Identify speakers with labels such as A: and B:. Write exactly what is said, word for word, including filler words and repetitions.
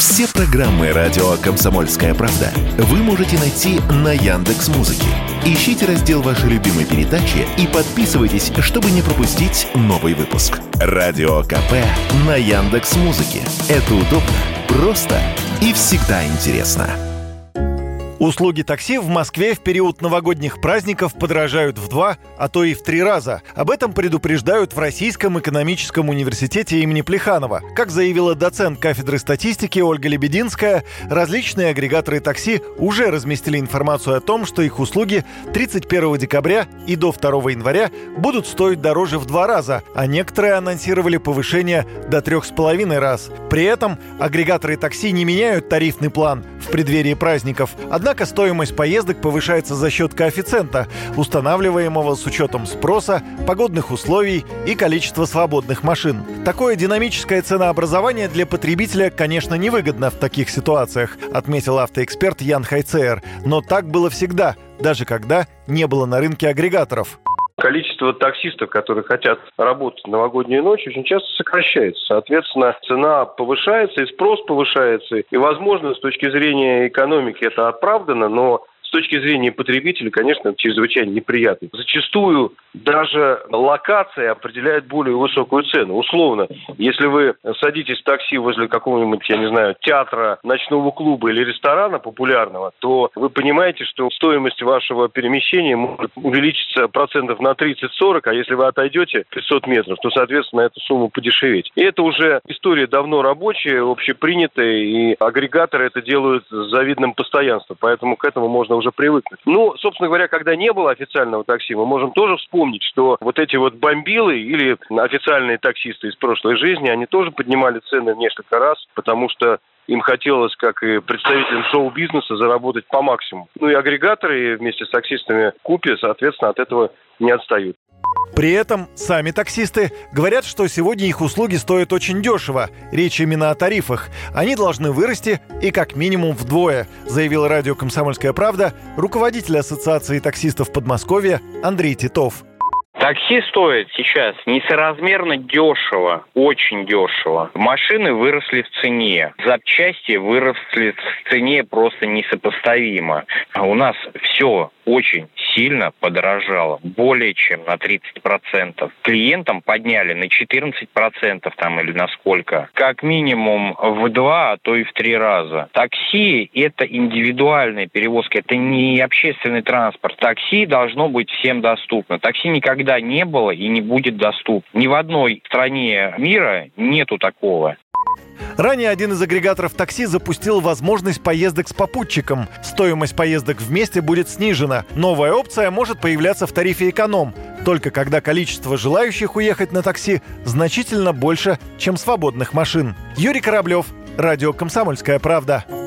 A: Все программы радио «Комсомольская правда» вы можете найти на Яндекс.Музыке. Ищите раздел вашей любимой передачи и подписывайтесь, чтобы не пропустить новый выпуск. Радио КП на Яндекс.Музыке. Это удобно, просто и всегда интересно.
B: Услуги такси в Москве в период новогодних праздников подорожают в два, а то и в три раза. Об этом предупреждают в Российском экономическом университете имени Плеханова. Как заявила доцент кафедры статистики Ольга Лебединская, различные агрегаторы такси уже разместили информацию о том, что их услуги тридцать первого декабря и до второго января будут стоить дороже в два раза, а некоторые анонсировали повышение до трех с половиной раз. При этом агрегаторы такси не меняют тарифный план в преддверии праздников. Однако стоимость поездок повышается за счет коэффициента, устанавливаемого с учетом спроса, погодных условий и количества свободных машин. Такое динамическое ценообразование для потребителя, конечно, невыгодно в таких ситуациях, отметил автоэксперт Ян Хайцеер. Но так было всегда, даже когда не было на рынке агрегаторов.
C: Количество таксистов, которые хотят работать в новогоднюю ночь, очень часто сокращается. Соответственно, цена повышается, и спрос повышается. И, возможно, с точки зрения экономики это оправдано, но с точки зрения потребителя, конечно, это чрезвычайно неприятно. Зачастую даже локация определяет более высокую цену. Условно, если вы садитесь в такси возле какого-нибудь, я не знаю, театра, ночного клуба или ресторана популярного, то вы понимаете, что стоимость вашего перемещения может увеличиться процентов на тридцать-сорок, а если вы отойдете пятьсот метров, то, соответственно, эту сумму подешеветь. И это уже история давно рабочая, общепринятая, и агрегаторы это делают с завидным постоянством, поэтому к этому можно уже привыкнуть. Ну, собственно говоря, когда не было официального такси, мы можем тоже вспомнить, что вот эти вот бомбилы или официальные таксисты из прошлой жизни, они тоже поднимали цены в несколько раз, потому что им хотелось, как и представителям шоу-бизнеса, заработать по максимуму. Ну и агрегаторы вместе с таксистами в купе, соответственно, от этого не отстают.
B: При этом сами таксисты говорят, что сегодня их услуги стоят очень дешево. Речь именно о тарифах. Они должны вырасти и как минимум вдвое, заявил радио «Комсомольская правда» руководитель Ассоциации таксистов Подмосковья Андрей Титов.
D: Такси стоит сейчас несоразмерно дешево, очень дешево. Машины выросли в цене, запчасти выросли в цене просто несопоставимо. А у нас все очень сильно подорожало, более чем на тридцать процентов. Клиентам подняли на четырнадцать процентов там или на сколько. Как минимум в два, а то и в три раза. Такси – это индивидуальная перевозка, это не общественный транспорт. Такси должно быть всем доступно. Такси никогда не было и не будет доступно. Ни в одной стране мира нету такого.
B: Ранее один из агрегаторов такси запустил возможность поездок с попутчиком. Стоимость поездок вместе будет снижена. Новая опция может появляться в тарифе «Эконом», только когда количество желающих уехать на такси значительно больше, чем свободных машин. Юрий Кораблев, радио «Комсомольская правда».